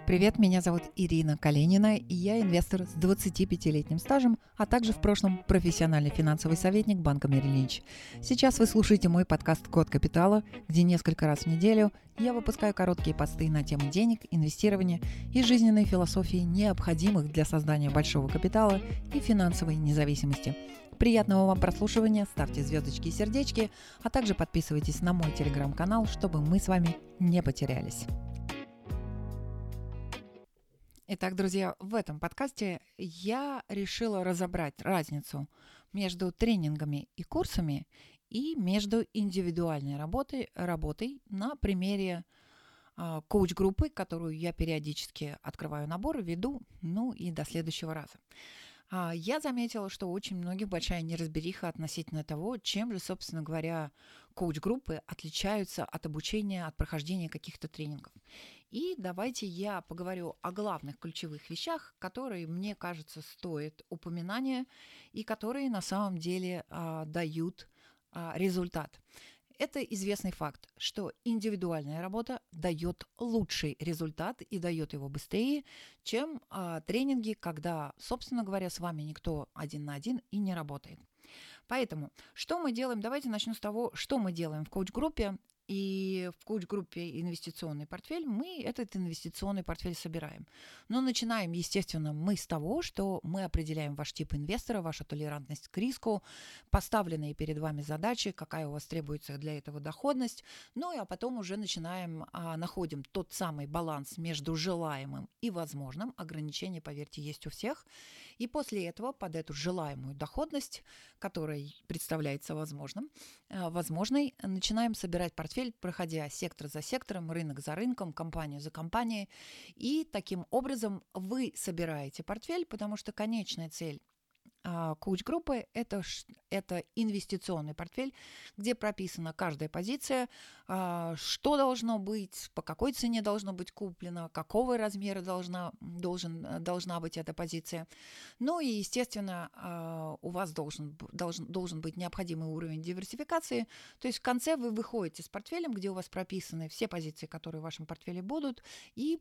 Привет, меня зовут Ирина Калинина, и я инвестор с 25-летним стажем, а также в прошлом профессиональный финансовый советник банка Merrill Lynch. Сейчас вы слушаете мой подкаст «Код капитала», где несколько раз в неделю я выпускаю короткие посты на тему денег, инвестирования и жизненной философии, необходимых для создания большого капитала и финансовой независимости. Приятного вам прослушивания, ставьте звездочки и сердечки, а также подписывайтесь на мой телеграм-канал, чтобы мы с вами не потерялись. Итак, друзья, в этом подкасте я решила разобрать разницу между тренингами и курсами и между индивидуальной работой на примере коуч-группы, которую я периодически открываю набор, веду, и до следующего раза. Я заметила, что у очень многих большая неразбериха относительно того, чем же, собственно говоря, коуч-группы отличаются от обучения, от прохождения каких-то тренингов. И давайте я поговорю о главных ключевых вещах, которые, мне кажется, стоят упоминания и которые на самом деле дают результат. Это известный факт, что индивидуальная работа дает лучший результат и дает его быстрее, чем тренинги, когда, собственно говоря, с вами никто один на один и не работает. Поэтому, что мы делаем? Давайте начну с того, что мы делаем в коуч-группе. И в коуч-группе «Инвестиционный портфель» мы этот инвестиционный портфель собираем. Но начинаем, естественно, мы с того, что мы определяем ваш тип инвестора, ваша толерантность к риску, поставленные перед вами задачи, какая у вас требуется для этого доходность. А потом уже находим тот самый баланс между желаемым и возможным. Ограничения, поверьте, есть у всех. И после этого под эту желаемую доходность, которая представляется возможной, начинаем собирать портфель, проходя сектор за сектором, рынок за рынком, компанию за компанией. И таким образом вы собираете портфель, потому что конечная цель коуч-группы – это инвестиционный портфель, где прописана каждая позиция, что должно быть, по какой цене должно быть куплено, какого размера должна быть эта позиция. И, естественно, у вас должен быть необходимый уровень диверсификации. То есть в конце вы выходите с портфелем, где у вас прописаны все позиции, которые в вашем портфеле будут, и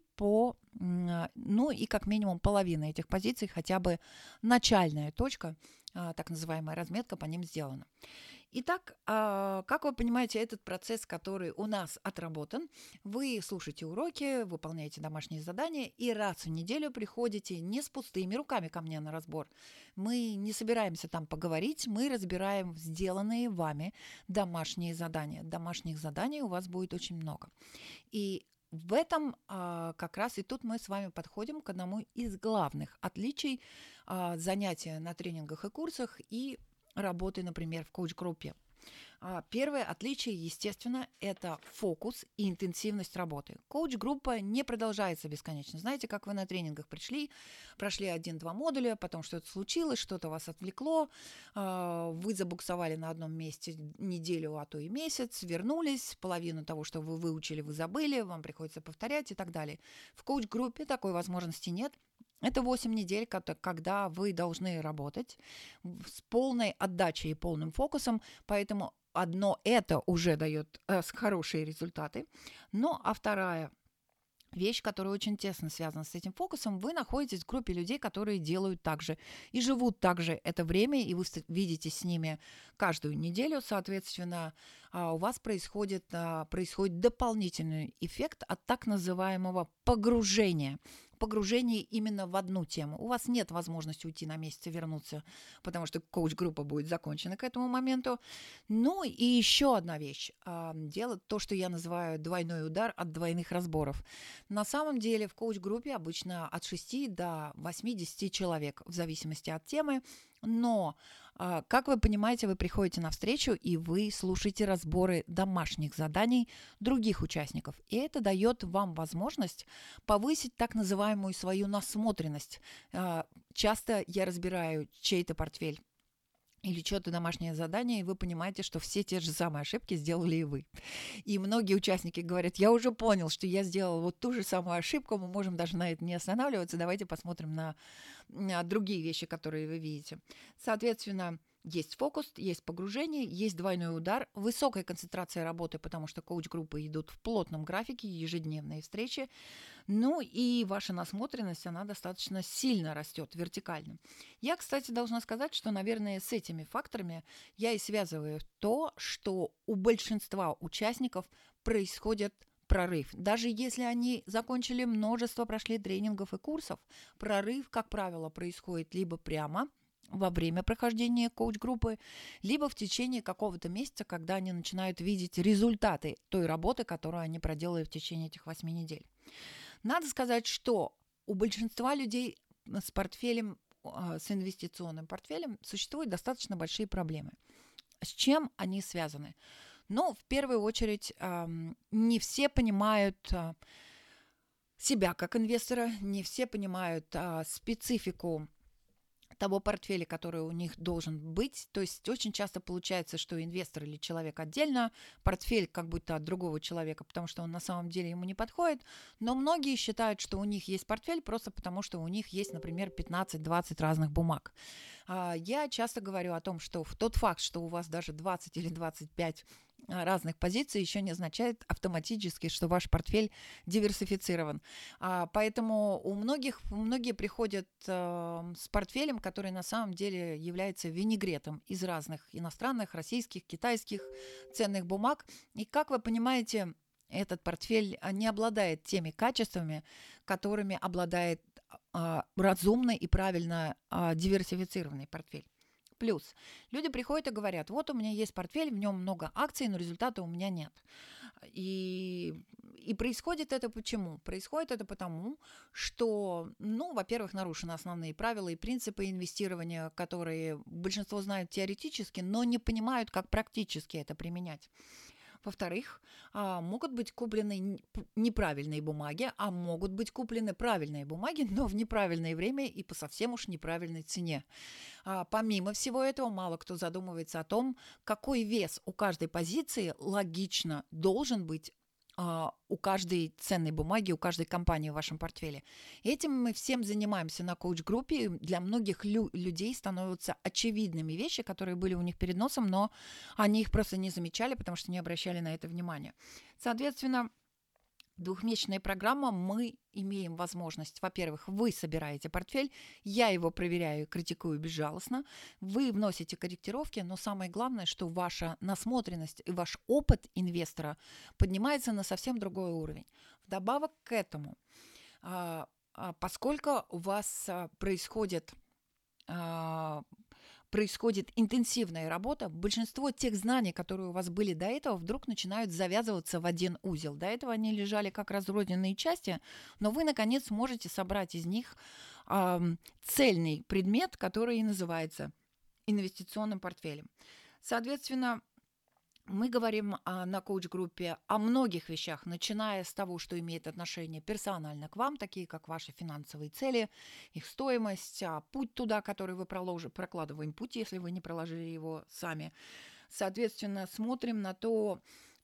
как минимум половина этих позиций, хотя бы начальная точка, так называемая разметка, по ним сделана. Итак, как вы понимаете, этот процесс, который у нас отработан, вы слушаете уроки, выполняете домашние задания и раз в неделю приходите не с пустыми руками ко мне на разбор. Мы не собираемся там поговорить, мы разбираем сделанные вами домашние задания. Домашних заданий у вас будет очень много. И в этом как раз и тут мы с вами подходим к одному из главных отличий занятия на тренингах и курсах и работы, например, в коуч-группе. Первое отличие, естественно, это фокус и интенсивность работы. Коуч-группа не продолжается бесконечно. Знаете, как вы на тренингах прошли 1-2 модуля, потом что-то случилось, что-то вас отвлекло, вы забуксовали на одном месте неделю, а то и месяц, вернулись, половину того, что вы выучили, вы забыли, вам приходится повторять и так далее. В коуч-группе такой возможности нет. Это 8 недель, когда вы должны работать с полной отдачей и полным фокусом, поэтому одно это уже дает хорошие результаты. А вторая вещь, которая очень тесно связана с этим фокусом, вы находитесь в группе людей, которые делают так же и живут так же это время, и вы видитесь с ними каждую неделю, соответственно, у вас происходит дополнительный эффект от так называемого погружения именно в одну тему. У вас нет возможности уйти на месяц и вернуться, потому что коуч-группа будет закончена к этому моменту. И еще одна вещь. Дело то, что я называю двойной удар от двойных разборов. На самом деле в коуч-группе обычно от 6 до 80 человек, в зависимости от темы. Но, как вы понимаете, вы приходите на встречу и вы слушаете разборы домашних заданий других участников. И это дает вам возможность повысить так называемую свою насмотренность. Часто я разбираю чей-то портфель или что-то домашнее задание, и вы понимаете, что все те же самые ошибки сделали и вы. И многие участники говорят, я уже понял, что я сделал вот ту же самую ошибку, мы можем даже на это не останавливаться, давайте посмотрим на другие вещи, которые вы видите. Соответственно, есть фокус, есть погружение, есть двойной удар, высокая концентрация работы, потому что коуч-группы идут в плотном графике, ежедневные встречи. Ну и ваша насмотренность, она достаточно сильно растет вертикально. Я, кстати, должна сказать, что, наверное, с этими факторами я и связываю то, что у большинства участников происходит прорыв. Даже если они закончили множество, прошли тренингов и курсов, прорыв, как правило, происходит либо прямо во время прохождения коуч-группы, либо в течение какого-то месяца, когда они начинают видеть результаты той работы, которую они проделали в течение этих 8 недель. Надо сказать, что у большинства людей с портфелем, с инвестиционным портфелем существуют достаточно большие проблемы. С чем они связаны? Ну, в первую очередь, не все понимают себя как инвестора, не все понимают специфику того портфеля, который у них должен быть. То есть очень часто получается, что инвестор или человек отдельно, портфель как будто от другого человека, потому что он на самом деле ему не подходит. Но многие считают, что у них есть портфель просто потому, что у них есть, например, 15-20 разных бумаг. Я часто говорю о том, что тот факт, что у вас даже 20 или 25 разных позиций, еще не означает автоматически, что ваш портфель диверсифицирован. Поэтому многие приходят с портфелем, который на самом деле является винегретом из разных иностранных, российских, китайских ценных бумаг. И, как вы понимаете, этот портфель не обладает теми качествами, которыми обладает разумный и правильно диверсифицированный портфель. Плюс люди приходят и говорят: вот у меня есть портфель, в нем много акций, но результата у меня нет. И происходит это почему? Происходит это потому, что, во-первых, нарушены основные правила и принципы инвестирования, которые большинство знают теоретически, но не понимают, как практически это применять. Во-вторых, могут быть куплены неправильные бумаги, а могут быть куплены правильные бумаги, но в неправильное время и по совсем уж неправильной цене. Помимо всего этого, мало кто задумывается о том, какой вес у каждой позиции логично должен быть у каждой ценной бумаги, у каждой компании в вашем портфеле. Этим мы всем занимаемся на коуч-группе. Для многих людей становятся очевидными вещи, которые были у них перед носом, но они их просто не замечали, потому что не обращали на это внимания. Соответственно, двухмесячная программа, мы имеем возможность, во-первых, вы собираете портфель, я его проверяю и критикую безжалостно, вы вносите корректировки, но самое главное, что ваша насмотренность и ваш опыт инвестора поднимается на совсем другой уровень. Вдобавок к этому, поскольку у вас происходит интенсивная работа, большинство тех знаний, которые у вас были до этого, вдруг начинают завязываться в один узел. До этого они лежали как разрозненные части, но вы, наконец, можете собрать из них цельный предмет, который и называется инвестиционным портфелем. Соответственно, мы говорим на коуч-группе о многих вещах, начиная с того, что имеет отношение персонально к вам, такие как ваши финансовые цели, их стоимость, путь туда, который вы прокладываем путь, если вы не проложили его сами. Соответственно, смотрим на то,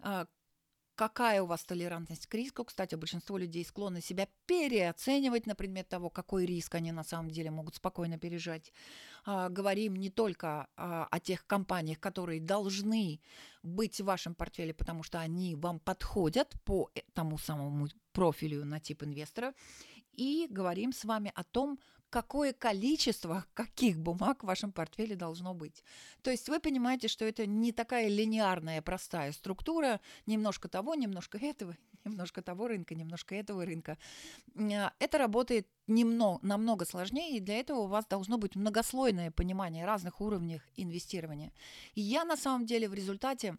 какая у вас толерантность к риску. Кстати, большинство людей склонны себя переоценивать на предмет того, какой риск они на самом деле могут спокойно пережать. Говорим не только о тех компаниях, которые должны быть в вашем портфеле, потому что они вам подходят по тому самому профилю на тип инвестора, и говорим с вами о том, какое количество каких бумаг в вашем портфеле должно быть. То есть вы понимаете, что это не такая линейная, простая структура, немножко того, немножко этого, немножко того рынка, немножко этого рынка. Это работает намного сложнее, и для этого у вас должно быть многослойное понимание разных уровней инвестирования. И я на самом деле в результате,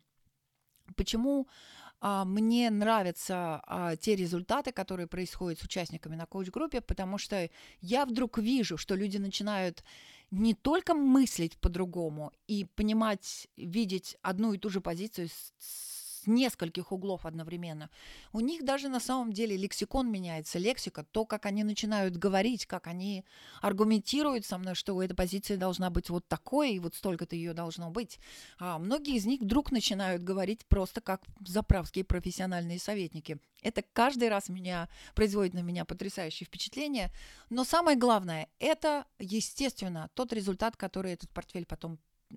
почему мне нравятся те результаты, которые происходят с участниками на коуч-группе, потому что я вдруг вижу, что люди начинают не только мыслить по-другому и понимать, видеть одну и ту же позицию с нескольких углов одновременно. У них даже на самом деле лексикон меняется, лексика, то, как они начинают говорить, как они аргументируют со мной, что эта позиция должна быть вот такой, и вот столько-то ее должно быть. Многие из них вдруг начинают говорить просто как заправские профессиональные советники. Это каждый раз производит на меня потрясающее впечатление. Но самое главное, это, естественно, тот результат, который этот портфель потом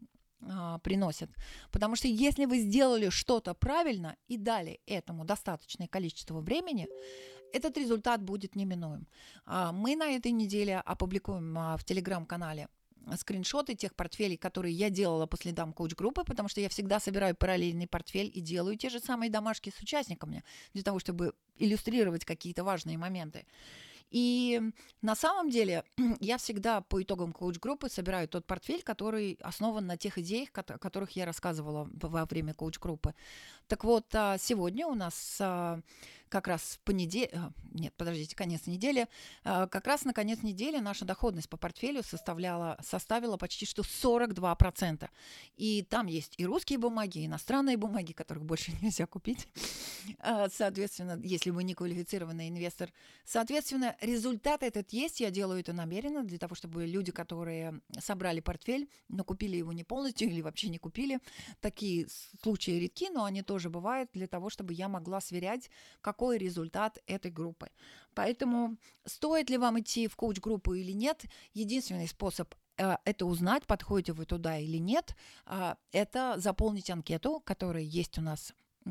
приносят. Потому что если вы сделали что-то правильно и дали этому достаточное количество времени, этот результат будет неминуем. Мы на этой неделе опубликуем в Телеграм-канале скриншоты тех портфелей, которые я делала по следам коуч-группы, потому что я всегда собираю параллельный портфель и делаю те же самые домашки с участниками для того, чтобы иллюстрировать какие-то важные моменты. И на самом деле я всегда по итогам коуч-группы собираю тот портфель, который основан на тех идеях, о которых я рассказывала во время коуч-группы. Так вот, сегодня у нас как раз конец недели. Как раз на конец недели наша доходность по портфелю составила почти что 42%. И там есть и русские бумаги, и иностранные бумаги, которых больше нельзя купить. Соответственно, если вы не квалифицированный инвестор. Соответственно, результат этот есть. Я делаю это намеренно для того, чтобы люди, которые собрали портфель, но купили его не полностью или вообще не купили, такие случаи редки, но они тоже бывают, для того, чтобы я могла сверять, какой результат этой группы. Поэтому стоит ли вам идти в коуч-группу или нет, единственный способ это узнать, подходите вы туда или нет, это заполнить анкету, которая есть у нас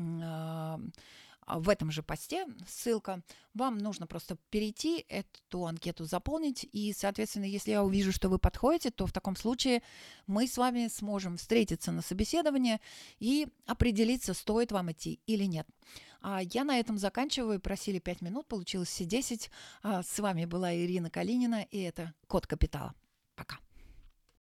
в этом же посте, ссылка. Вам нужно просто перейти, эту анкету заполнить, и, соответственно, если я увижу, что вы подходите, то в таком случае мы с вами сможем встретиться на собеседовании и определиться, стоит вам идти или нет. Я на этом заканчиваю. Просили 5 минут, получилось все 10. С вами была Ирина Калинина, и это «Код капитала».